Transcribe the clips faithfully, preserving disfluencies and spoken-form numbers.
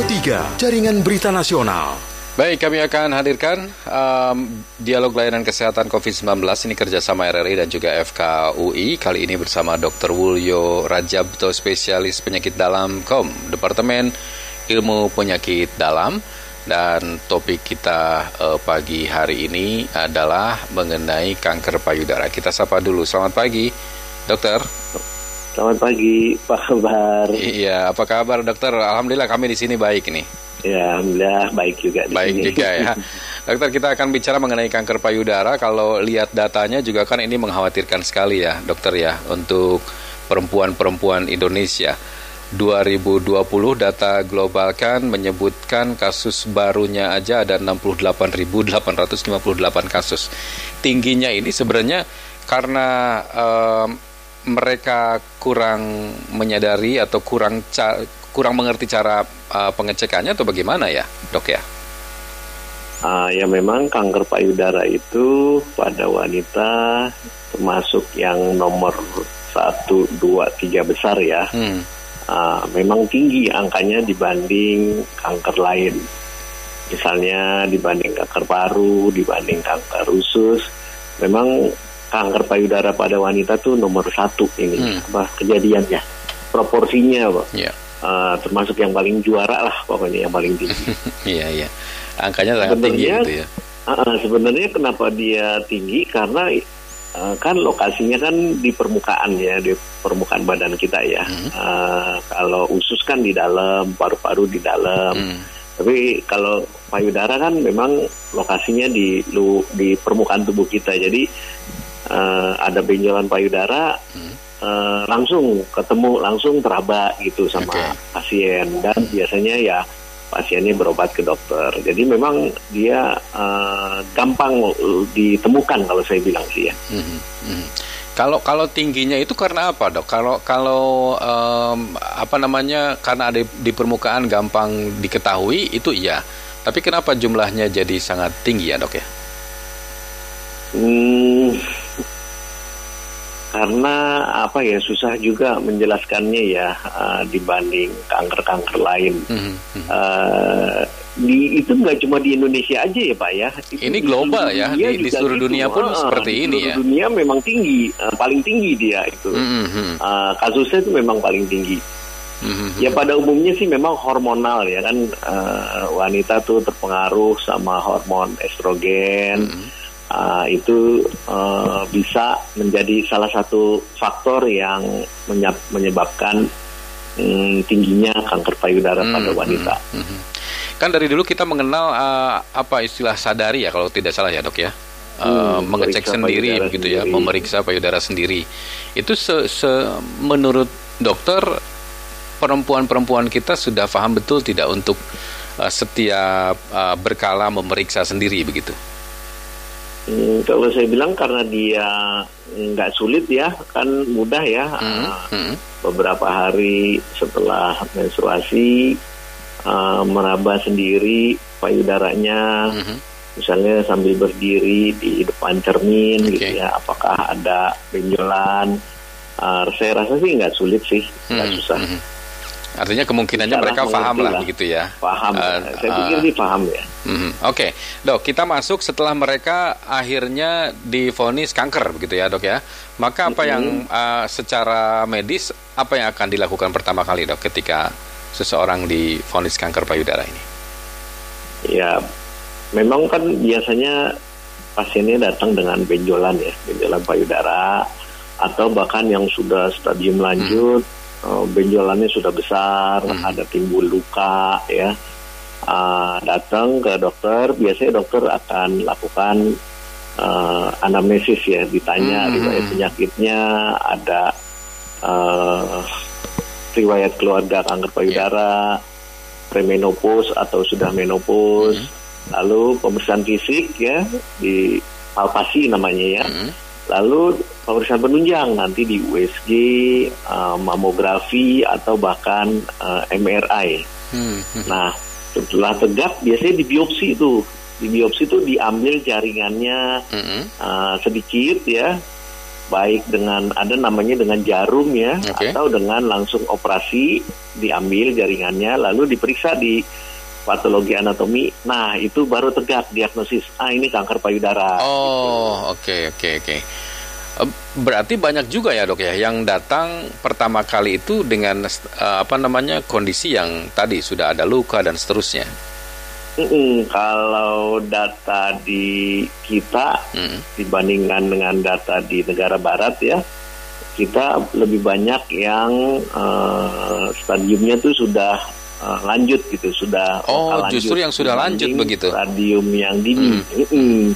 tiga, Jaringan Berita Nasional. Baik, kami akan hadirkan um, dialog layanan kesehatan covid sembilan belas ini kerjasama R R I dan juga F K U I. Kali ini bersama dokter Wulyo Rajabto, spesialis penyakit dalam K O M, Departemen Ilmu Penyakit Dalam. Dan topik kita uh, pagi hari ini adalah mengenai kanker payudara. Kita sapa dulu. Selamat pagi, dokter. Selamat pagi, apa kabar? Iya, apa kabar dokter? Alhamdulillah kami di sini baik nih. Ya, alhamdulillah baik juga di baik sini. juga ya. Dokter, kita akan bicara mengenai kanker payudara. Kalau lihat datanya juga kan ini mengkhawatirkan sekali ya, dokter ya, untuk perempuan-perempuan Indonesia. dua ribu dua puluh data global kan menyebutkan kasus barunya aja ada enam puluh delapan ribu delapan ratus lima puluh delapan kasus. Tingginya ini sebenarnya karena um, mereka kurang menyadari atau kurang ca- kurang mengerti cara uh, pengecekannya atau bagaimana ya, dok ya? Uh, ya memang kanker payudara itu pada wanita termasuk yang nomor satu, dua, tiga besar ya. Hmm. Uh, memang tinggi angkanya dibanding kanker lain. Misalnya dibanding kanker paru, dibanding kanker usus. Memang kanker payudara pada wanita tuh nomor satu ini, hmm. apa kejadiannya, proporsinya, Pak. Yeah. Uh, termasuk yang paling juara lah, pokoknya yang paling tinggi. Iya iya, angkanya sangat tinggi gitu ya. Uh, sebenarnya kenapa dia tinggi? Karena uh, kan lokasinya kan di permukaan ya, di permukaan badan kita ya. Hmm. Uh, kalau usus kan di dalam, paru-paru di dalam. Hmm. Tapi kalau payudara kan memang lokasinya di lu, di permukaan tubuh kita. Jadi uh, ada benjolan payudara. Hmm. Uh, langsung ketemu, langsung teraba gitu sama okay. pasien, dan biasanya ya pasiennya berobat ke dokter. Jadi memang dia uh, gampang ditemukan kalau saya bilang sih ya. Mm-hmm. Mm-hmm. Kalau kalau tingginya itu karena apa, dok? Kalau kalau um, apa namanya, karena ada di permukaan gampang diketahui itu iya. Tapi kenapa jumlahnya jadi sangat tinggi ya, dok ya? Hmm. Karena apa ya, susah juga menjelaskannya ya uh, dibanding kanker-kanker lain. Mm-hmm. Uh, di itu nggak cuma di Indonesia aja ya Pak ya. Itu ini global ya, di, di seluruh gitu. dunia pun uh, seperti ini ya. Di seluruh dunia memang tinggi, uh, paling tinggi dia itu. Mm-hmm. Uh, kasusnya itu memang paling tinggi. Mm-hmm. Ya pada umumnya sih memang hormonal ya kan, uh, wanita tuh terpengaruh sama hormon estrogen. Mm-hmm. Uh, itu uh, bisa menjadi salah satu faktor yang menyab, menyebabkan um, tingginya kanker payudara hmm, pada wanita. Hmm, hmm. Kan dari dulu kita mengenal uh, apa istilah sadari ya kalau tidak salah ya dok ya, uh, hmm, mengecek sendiri begitu ya, memeriksa payudara sendiri. Itu se, se menurut dokter, perempuan-perempuan kita sudah paham betul tidak untuk uh, setiap uh, berkala memeriksa sendiri begitu? Hmm, kalau saya bilang karena dia nggak sulit ya, kan mudah ya. Hmm, hmm. Beberapa hari setelah menstruasi uh, meraba sendiri payudaranya, hmm. misalnya sambil berdiri di depan cermin, okay. gitu ya. Apakah ada benjolan? Uh, saya rasa sih nggak sulit sih, nggak hmm. susah. Hmm. Artinya kemungkinannya Secara mereka paham lah begitu ya. Paham, uh, saya pikir uh, sih paham ya. Uh, Oke, okay. Dok, kita masuk setelah mereka akhirnya divonis kanker begitu ya dok ya. Maka apa mm-hmm. yang uh, secara medis, apa yang akan dilakukan pertama kali dok ketika seseorang divonis kanker payudara ini? Ya, memang kan biasanya pasiennya datang dengan benjolan ya, benjolan payudara, atau bahkan yang sudah stadium lanjut, hmm. uh, benjolannya sudah besar, hmm. ada timbul luka ya. Uh, datang ke dokter, biasanya dokter akan lakukan uh, anamnesis ya, ditanya hmm. riwayat penyakitnya, ada uh, riwayat keluarga kanker payudara, yeah. premenopause atau sudah menopause, hmm. lalu pemeriksaan fisik ya, di palpasi namanya ya, hmm. lalu pemeriksaan penunjang nanti di U S G, uh, mamografi atau bahkan uh, M R I. Hmm. Hmm. Nah, setelah tegak biasanya di biopsi itu, di biopsi itu diambil jaringannya hmm. uh, sedikit ya, baik dengan ada namanya dengan jarum ya, okay. atau dengan langsung operasi, diambil jaringannya lalu diperiksa di patologi anatomi. Nah, itu baru tegak diagnosis, ah ini kanker payudara. Oh, oke oke oke. Berarti banyak juga ya dok ya yang datang pertama kali itu dengan uh, apa namanya kondisi yang tadi sudah ada luka dan seterusnya. Mm-mm, kalau data di kita mm. dibandingkan dengan data di negara barat ya, kita lebih banyak yang uh, stadiumnya tuh sudah uh, lanjut gitu, sudah oh lanjut, justru yang sudah lanjut begitu. Stadium yang dini. Mm. Mm-mm.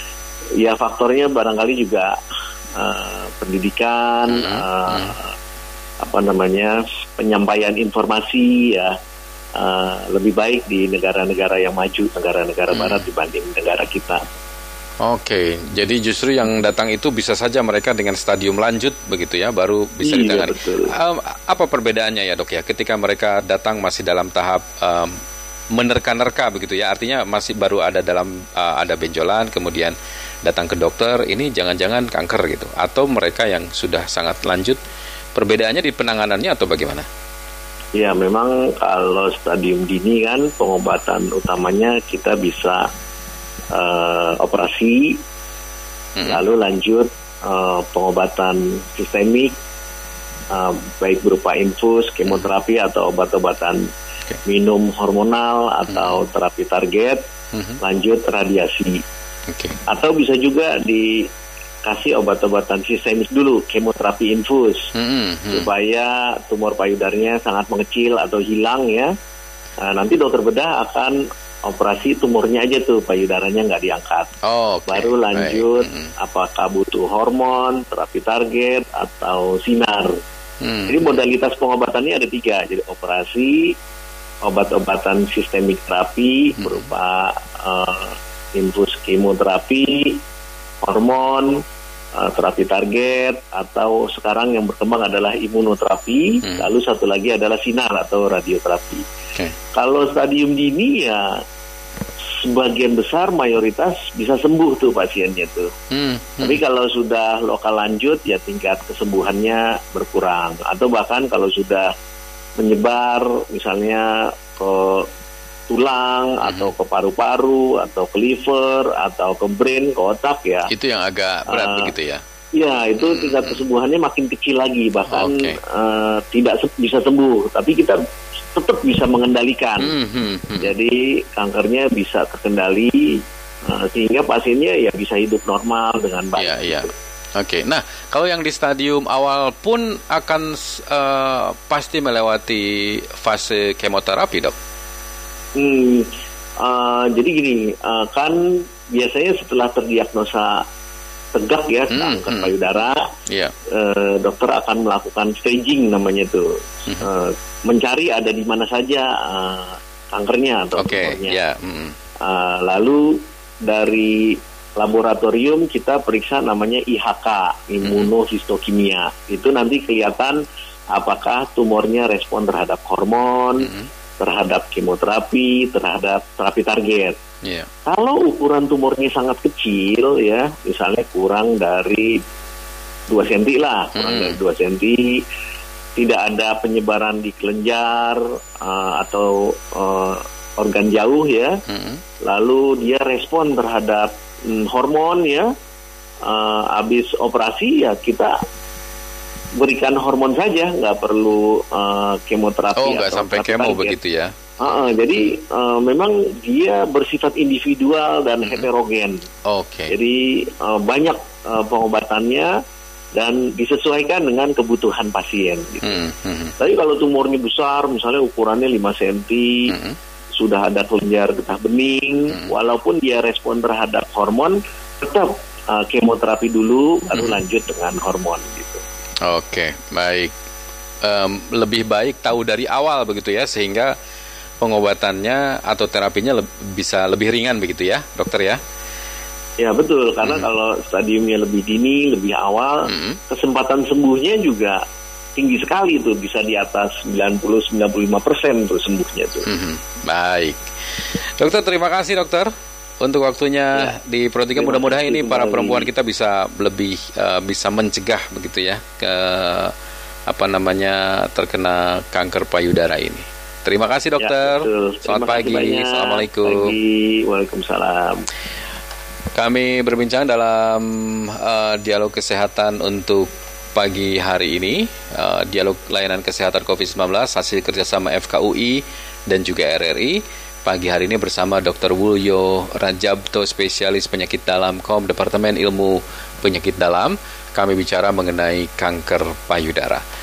Ya faktornya barangkali juga uh, pendidikan, mm. Uh, mm. apa namanya penyampaian informasi ya. Uh, lebih baik di negara-negara yang maju, negara-negara hmm. barat dibanding negara kita. Oke, jadi justru yang datang itu bisa saja mereka dengan stadium lanjut begitu ya, baru bisa iya, ditangani. Betul. Um, apa perbedaannya ya dok ya, ketika mereka datang masih dalam tahap um, menerka-nerka begitu ya, artinya masih baru ada dalam uh, ada benjolan, kemudian datang ke dokter, ini jangan-jangan kanker gitu, atau mereka yang sudah sangat lanjut, perbedaannya di penanganannya atau bagaimana? Ya memang kalau stadium dini kan pengobatan utamanya kita bisa uh, operasi, hmm. lalu lanjut uh, pengobatan sistemik, uh, baik berupa infus, kemoterapi hmm. atau obat-obatan okay. minum hormonal atau hmm. terapi target, hmm. lanjut radiasi, okay. atau bisa juga di kasih obat-obatan sistemik dulu, kemoterapi infus, hmm, hmm. supaya tumor payudarnya sangat mengecil atau hilang ya. Nah, nanti dokter bedah akan operasi tumornya aja tuh, payudaranya nggak diangkat. Oh, okay. Baru lanjut, hmm. apakah butuh hormon, terapi target, atau sinar. Hmm. Jadi modalitas pengobatannya ada tiga, jadi operasi, obat-obatan sistemik terapi hmm. berupa uh, infus kemoterapi, hormon, uh, terapi target, atau sekarang yang berkembang adalah imunoterapi, hmm. lalu satu lagi adalah sinar atau radioterapi. Okay. Kalau stadium dini ya sebagian besar mayoritas bisa sembuh tuh pasiennya tuh. Hmm. Hmm. Tapi kalau sudah lokal lanjut ya tingkat kesembuhannya berkurang, atau bahkan kalau sudah menyebar misalnya ke tulang hmm. atau ke paru-paru atau ke liver atau ke brain, ke otak ya. Itu yang agak berat uh, begitu ya. Ya, itu hmm. tingkat kesembuhannya makin kecil lagi, bahkan okay. uh, tidak se- bisa sembuh, tapi kita tetap bisa mengendalikan. Hmm. Hmm. Hmm. Jadi kankernya bisa terkendali uh, sehingga pasiennya ya bisa hidup normal dengan baik. Iya, iya. Oke, okay. Nah kalau yang di stadium awal pun akan uh, pasti melewati fase kemoterapi, dok? Hmm, uh, jadi gini, uh, kan biasanya setelah terdiagnosa tegak ya hmm, kanker hmm. payudara, yeah. uh, dokter akan melakukan staging namanya itu, hmm. uh, mencari ada di mana saja uh, kankernya atau okay, tumornya. Yeah. Hmm. Uh, lalu dari laboratorium kita periksa namanya I H K, imunohistokimia. Hmm. Itu nanti kelihatan apakah tumornya respon terhadap hormon, hmm. terhadap kemoterapi, terhadap terapi target. Yeah. Kalau ukuran tumornya sangat kecil ya, misalnya kurang dari dua sentimeter lah, kurang mm. dari dua sentimeter, tidak ada penyebaran di kelenjar uh, atau uh, organ jauh ya, mm. lalu dia respon terhadap mm, hormon ya, uh, habis operasi ya kita berikan hormon saja, nggak perlu uh, kemoterapi. Oh, nggak sampai kemo begitu ya? Uh, uh, jadi uh, memang dia bersifat individual dan hmm. heterogen. Oke. Okay. Jadi uh, banyak uh, pengobatannya dan disesuaikan dengan kebutuhan pasien. Gitu. Hmm. Hmm. Tapi kalau tumornya besar, misalnya ukurannya lima sentimeter, hmm. sudah ada kelenjar getah bening, hmm. walaupun dia respon terhadap hormon, tetap uh, kemoterapi dulu, baru hmm. lanjut dengan hormon. Gitu. Oke, baik. Um, lebih baik tahu dari awal begitu ya, sehingga pengobatannya atau terapinya le- bisa lebih ringan begitu ya, dokter ya? Ya betul, karena mm-hmm. kalau stadiumnya lebih dini, lebih awal, mm-hmm. kesempatan sembuhnya juga tinggi sekali tuh, bisa di atas sembilan puluh sampai sembilan puluh lima persen tuh sembuhnya tuh. Mm-hmm. Baik, dokter terima kasih dokter untuk waktunya ya. Di Pro tiga. Mudah-mudahan ini para perempuan kita bisa lebih uh, bisa mencegah begitu ya ke apa namanya terkena kanker payudara ini. Terima kasih dokter. Ya, selamat pagi. Banyak. Assalamualaikum. Pagi. Waalaikumsalam. Kami berbincang dalam uh, dialog kesehatan untuk pagi hari ini, uh, dialog layanan kesehatan covid sembilan belas hasil kerjasama F K U I dan juga R R I. Pagi hari ini bersama dokter Wulyo Rajabto, spesialis penyakit dalam Kom Departemen Ilmu Penyakit Dalam. Kami bicara mengenai kanker payudara.